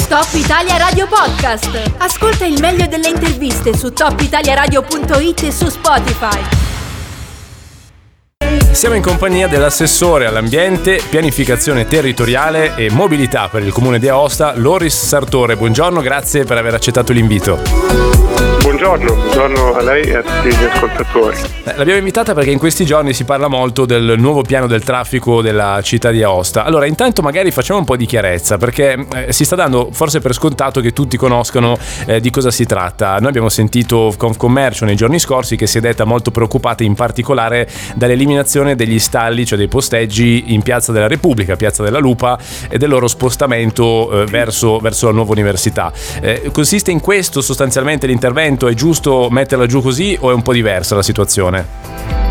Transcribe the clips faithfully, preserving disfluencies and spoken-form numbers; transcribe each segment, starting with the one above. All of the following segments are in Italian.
Top Italia Radio Podcast. Ascolta il meglio delle interviste su top italia radio punto it e su Spotify. Siamo in compagnia dell'assessore all'ambiente, pianificazione territoriale e mobilità per il comune di Aosta, Loris Sartore. Buongiorno, grazie per aver accettato l'invito. Buongiorno, buongiorno a lei e a tutti gli ascoltatori. L'abbiamo invitata perché in questi giorni si parla molto del nuovo piano del traffico della città di Aosta. Allora, intanto magari facciamo un po' di chiarezza, perché eh, si sta dando forse per scontato che tutti conoscano eh, di cosa si tratta. Noi abbiamo sentito Confcommercio nei giorni scorsi che si è detta molto preoccupata in particolare dall'eliminazione degli stalli, cioè dei posteggi in Piazza della Repubblica, Piazza della Lupa, e del loro spostamento eh, verso, verso la nuova università. Eh, consiste in questo sostanzialmente l'intervento? È giusto metterla giù così o è un po' diversa la situazione?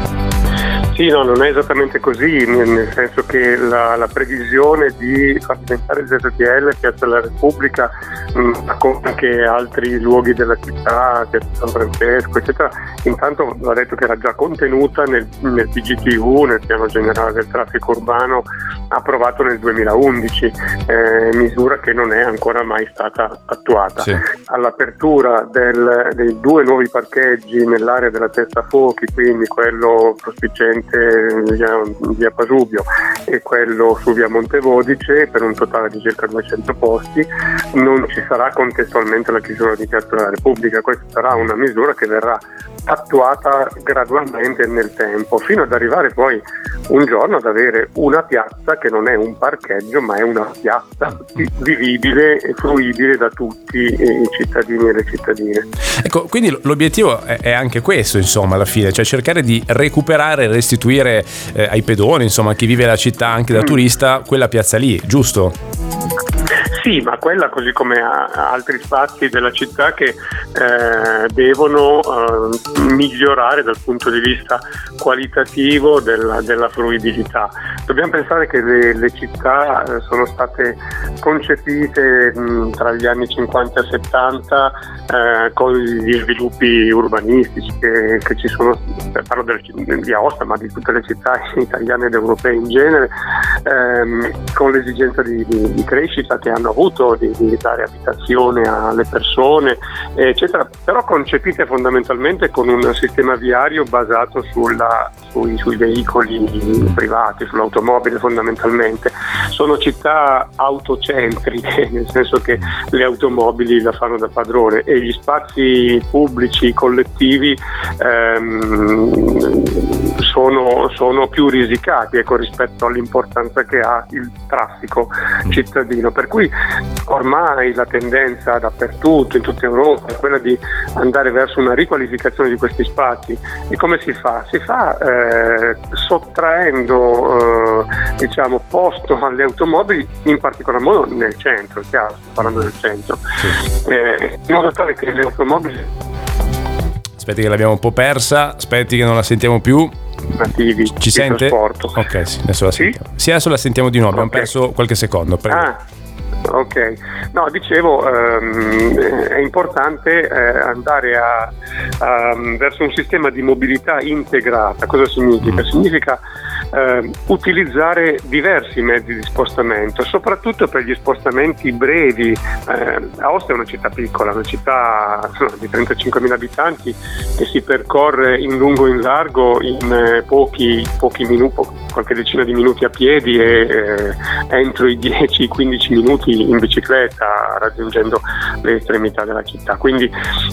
Sì, no, non è esattamente così, nel senso che la, la previsione di far diventare il Z T L Piazza della Repubblica con anche altri luoghi della città, Piazza San Francesco, eccetera, intanto va detto che era già contenuta nel, nel P G T U, nel piano generale del traffico urbano approvato nel duemilaundici, eh, misura che non è ancora mai stata attuata. Sì. All'apertura del, dei due nuovi parcheggi nell'area della Terza Fochi, quindi quello prospiciente via, via Pasubio e quello su via Montevodice, per un totale di circa duecento posti, non ci sarà contestualmente la chiusura di Piazza della Repubblica. Questa sarà una misura che verrà attuata gradualmente nel tempo, fino ad arrivare poi un giorno ad avere una piazza che non è un parcheggio ma è una piazza vivibile e fruibile da tutti i cittadini e le cittadine. Ecco, quindi l'obiettivo è anche questo, insomma, alla fine, cioè cercare di recuperare e restituire eh, ai pedoni, insomma, a chi vive la città anche da mm. turista, quella piazza lì, giusto? Sì, ma quella, così come altri spazi della città che eh, devono eh, migliorare dal punto di vista qualitativo della, della fruibilità. Dobbiamo pensare che le, le città eh, sono state concepite mh, tra gli anni cinquanta e settanta eh, con gli sviluppi urbanistici che, che ci sono, parlo del, di Aosta, ma di tutte le città italiane ed europee in genere, ehm, con l'esigenza di, di, di crescita che hanno avuto di, di dare abitazione alle persone, eccetera, però concepite fondamentalmente con un sistema viario basato sulla, sui, sui veicoli privati, sull'automobile fondamentalmente. Sono città autocentriche, nel senso che le automobili la fanno da padrone e gli spazi pubblici collettivi ehm, sono, sono più risicati, ecco, rispetto all'importanza che ha il traffico cittadino, per cui ormai la tendenza dappertutto, in tutta Europa, è quella di andare verso una riqualificazione di questi spazi. E come si fa? Si fa eh, sottraendo eh, diciamo posto alle automobili, in particolar modo nel centro, chiaro, sto parlando del centro, sì. eh, in modo tale che le automobili... Aspetti che l'abbiamo un po' persa, aspetti che non la sentiamo più. Nativi, ci sente? Trasporto. Ok, sì, adesso la sì? sentiamo. Sì, adesso la sentiamo di nuovo, abbiamo okay. perso qualche secondo. Prego. Ah. Ok, no, dicevo ehm, è importante eh, andare a, a, verso un sistema di mobilità integrata. Cosa significa? Mm. Significa eh, utilizzare diversi mezzi di spostamento, soprattutto per gli spostamenti brevi. Eh, Aosta è una città piccola, una città no, di trentacinquemila abitanti che si percorre in lungo e in largo in eh, pochi, pochi minuti, qualche decina di minuti a piedi e eh, entro i dieci quindici minuti in bicicletta, raggiungendo le estremità della città. Quindi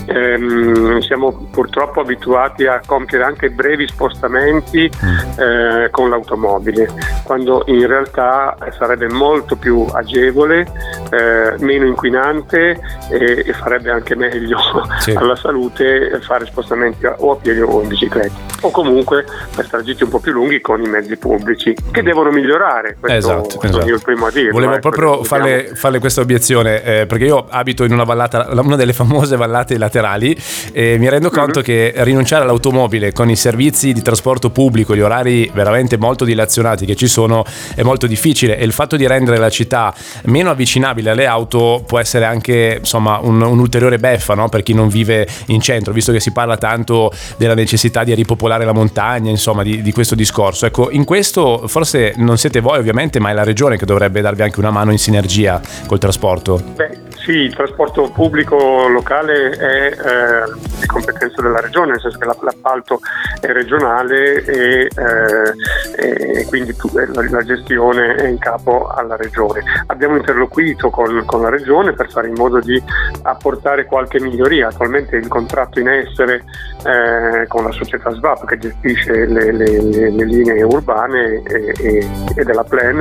ehm, siamo purtroppo abituati a compiere anche brevi spostamenti eh, con l'automobile, quando in realtà sarebbe molto più agevole, eh, meno inquinante e, e farebbe anche meglio sì. alla salute fare spostamenti o a piedi o in bicicletta, o comunque per tragitti un po' più lunghi con i mezzi pubblici, che devono migliorare. Questo esatto, sono esatto. io il primo a dirlo. Volevo eh, proprio farle, farle questa obiezione, eh, perché io abito in una vallata, una delle famose vallate laterali, e mi rendo conto mm-hmm. che rinunciare all'automobile con i servizi di trasporto pubblico, gli orari veramente molto dilazionati che ci sono, è molto difficile, e il fatto di rendere la città meno avvicinabile alle auto può essere anche, insomma, un, un ulteriore beffa, no? Per chi non vive in centro, visto che si parla tanto della necessità di ripopolare la montagna, insomma, di, di questo discorso. Ecco, in questo forse non siete voi ovviamente, ma è la regione che dovrebbe darvi anche una mano in sinergia col trasporto. Beh, sì, il trasporto pubblico locale è eh, di competenza della regione, nel senso che l'appalto è regionale e, eh, e quindi tu, la, la gestione è in capo alla regione. Abbiamo interloquito con, con la regione per fare in modo di apportare qualche miglioria. Attualmente il contratto in essere eh, con la società S V A P che gestisce le, le, le, le linee urbane e, e, e della Plan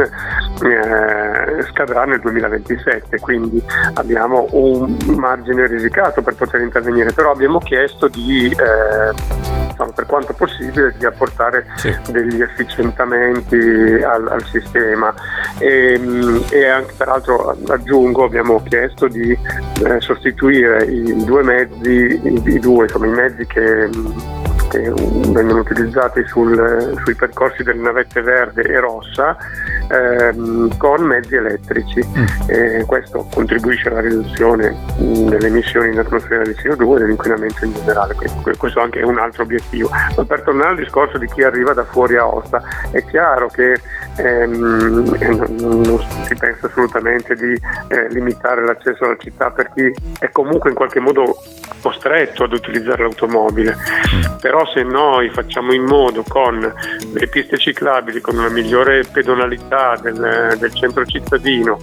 eh, scadrà nel duemilaventisette, quindi abbiamo un margine risicato per poter intervenire, però abbiamo chiesto di eh, insomma, per quanto possibile di apportare sì. degli efficientamenti al, al sistema e, e anche peraltro aggiungo abbiamo chiesto di eh, sostituire i due mezzi i, i due insomma i mezzi che che vengono utilizzati sul, sui percorsi delle navette verde e rossa ehm, con mezzi elettrici. Mm. E questo contribuisce alla riduzione delle emissioni in atmosfera di C O due e dell'inquinamento in generale. Questo anche è un altro obiettivo. Ma per tornare al discorso di chi arriva da fuori Aosta, è chiaro che ehm, non, non si pensa assolutamente di eh, limitare l'accesso alla città per chi è comunque in qualche modo costretto ad utilizzare l'automobile. Mm. Però se noi facciamo in modo con le piste ciclabili, con una migliore pedonalità del, del centro cittadino,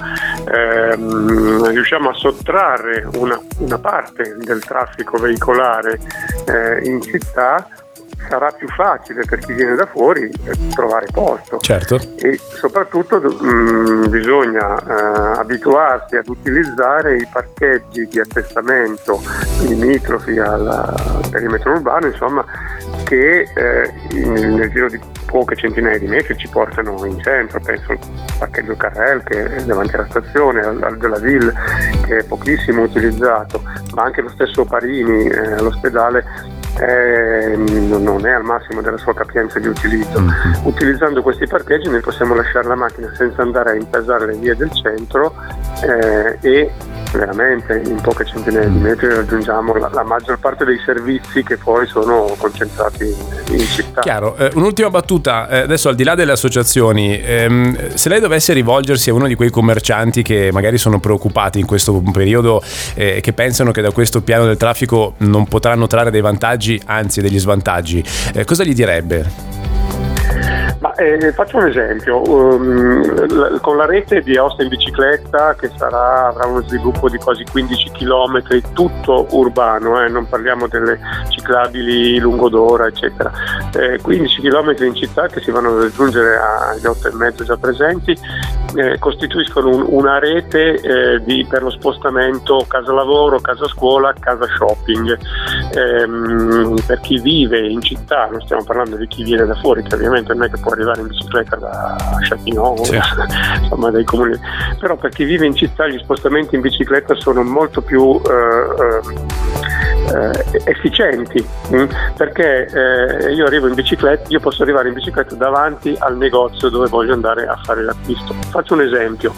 ehm, riusciamo a sottrarre una, una parte del traffico veicolare eh, in città, sarà più facile per chi viene da fuori trovare posto. Certo. E soprattutto mh, bisogna eh, abituarsi ad utilizzare i parcheggi di attestamento limitrofi al, al perimetro urbano, insomma, che eh, in, nel giro di poche centinaia di metri ci portano in centro. Penso al parcheggio Carrel che è davanti alla stazione, al, al della Ville che è pochissimo utilizzato, ma anche lo stesso Parini eh, all'ospedale Eh, non è al massimo della sua capienza di utilizzo. Mm-hmm. Utilizzando questi parcheggi noi possiamo lasciare la macchina senza andare a intasare le vie del centro eh, e veramente in poche centinaia di metri raggiungiamo la, la maggior parte dei servizi che poi sono concentrati in, in città. Chiaro, eh, un'ultima battuta, eh, adesso al di là delle associazioni, ehm, se lei dovesse rivolgersi a uno di quei commercianti che magari sono preoccupati in questo periodo e eh, che pensano che da questo piano del traffico non potranno trarre dei vantaggi, anzi degli svantaggi, eh, cosa gli direbbe? Ma, eh, faccio un esempio, um, l- con la rete di Aosta in bicicletta che sarà, avrà uno sviluppo di quasi quindici chilometri, tutto urbano, eh, non parliamo delle ciclabili lungo d'ora eccetera, eh, quindici chilometri in città che si vanno a raggiungere agli otto e mezzo già presenti, eh, costituiscono un, una rete eh, di, per lo spostamento casa lavoro, casa scuola, casa shopping. Ehm, per chi vive in città, non stiamo parlando di chi viene da fuori, che ovviamente non è che può arrivare in bicicletta da Sciacchino, sì. insomma dai comuni, però per chi vive in città gli spostamenti in bicicletta sono molto più eh, eh, efficienti, mh? perché eh, io arrivo in bicicletta, io posso arrivare in bicicletta davanti al negozio dove voglio andare a fare l'acquisto. Faccio un esempio,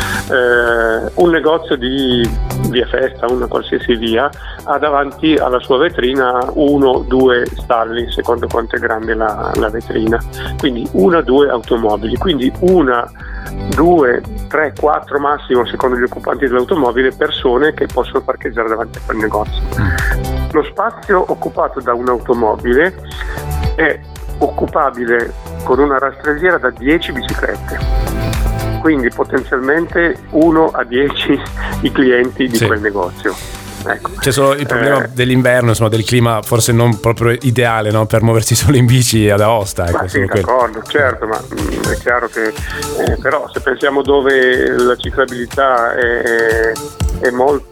eh, un negozio di via Festa, una qualsiasi via, ha davanti alla sua vetrina uno, due stalli, secondo quanto è grande la, la vetrina, quindi una, due automobili, quindi una, due, tre, quattro massimo, secondo gli occupanti dell'automobile, persone che possono parcheggiare davanti a quel negozio. Lo spazio occupato da un'automobile è occupabile con una rastrelliera da dieci biciclette, quindi potenzialmente uno a dieci i clienti di sì. quel negozio. Ecco. C'è solo il problema eh, dell'inverno, insomma, del clima forse non proprio ideale, no? Per muoversi solo in bici ad Aosta. Ecco, ma sì, d'accordo, certo, ma mh, è chiaro che eh, però se pensiamo dove la ciclabilità è, è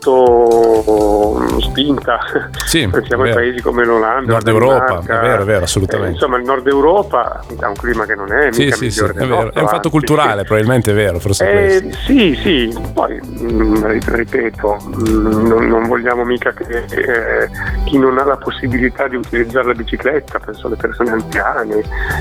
molto mh, spinta, sì, pensiamo ai paesi come l'Olanda, Nord Europa, è vero, è vero, assolutamente. Eh, insomma, il Nord Europa ha un clima che non è sì, mica sì, migliore sì, del è vero. nostro, È un fatto anzi, culturale, sì. probabilmente è vero, forse eh, questo. Sì, sì, poi mh, ripeto, mh, non, non vogliamo mica che eh, chi non ha la possibilità di utilizzare la bicicletta, penso alle persone anziane,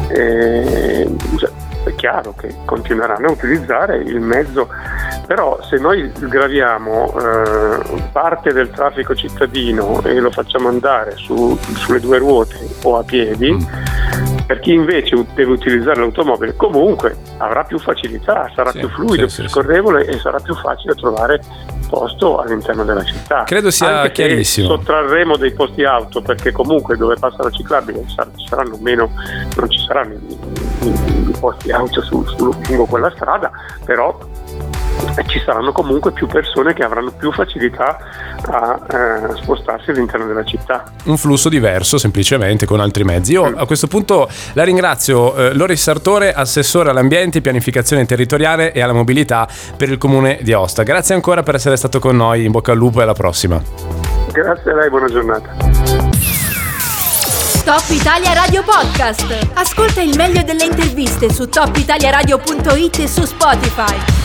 eh, cioè, è chiaro che continueranno a utilizzare il mezzo, però se noi sgraviamo eh, parte del traffico cittadino e lo facciamo andare su, sulle due ruote o a piedi, mm. per chi invece deve utilizzare l'automobile comunque avrà più facilità, sarà sì, più fluido, sì, più sì, scorrevole sì. e sarà più facile trovare sposto all'interno della città. Credo sia Anche chiarissimo. Sottrarremo dei posti auto, perché comunque dove passa la ciclabile ci saranno meno, non ci saranno i, i, i posti auto su, su, lungo quella strada, però ci saranno comunque più persone che avranno più facilità a eh, spostarsi all'interno della città. Un flusso diverso, semplicemente, con altri mezzi. Io a questo punto la ringrazio, eh, Loris Sartore, assessore all'ambiente, pianificazione territoriale e alla mobilità per il comune di Aosta. Grazie ancora per essere stato con noi, in bocca al lupo e alla prossima. Grazie a lei, buona giornata. Top Italia Radio Podcast. Ascolta il meglio delle interviste su top italia radio punto it e su Spotify.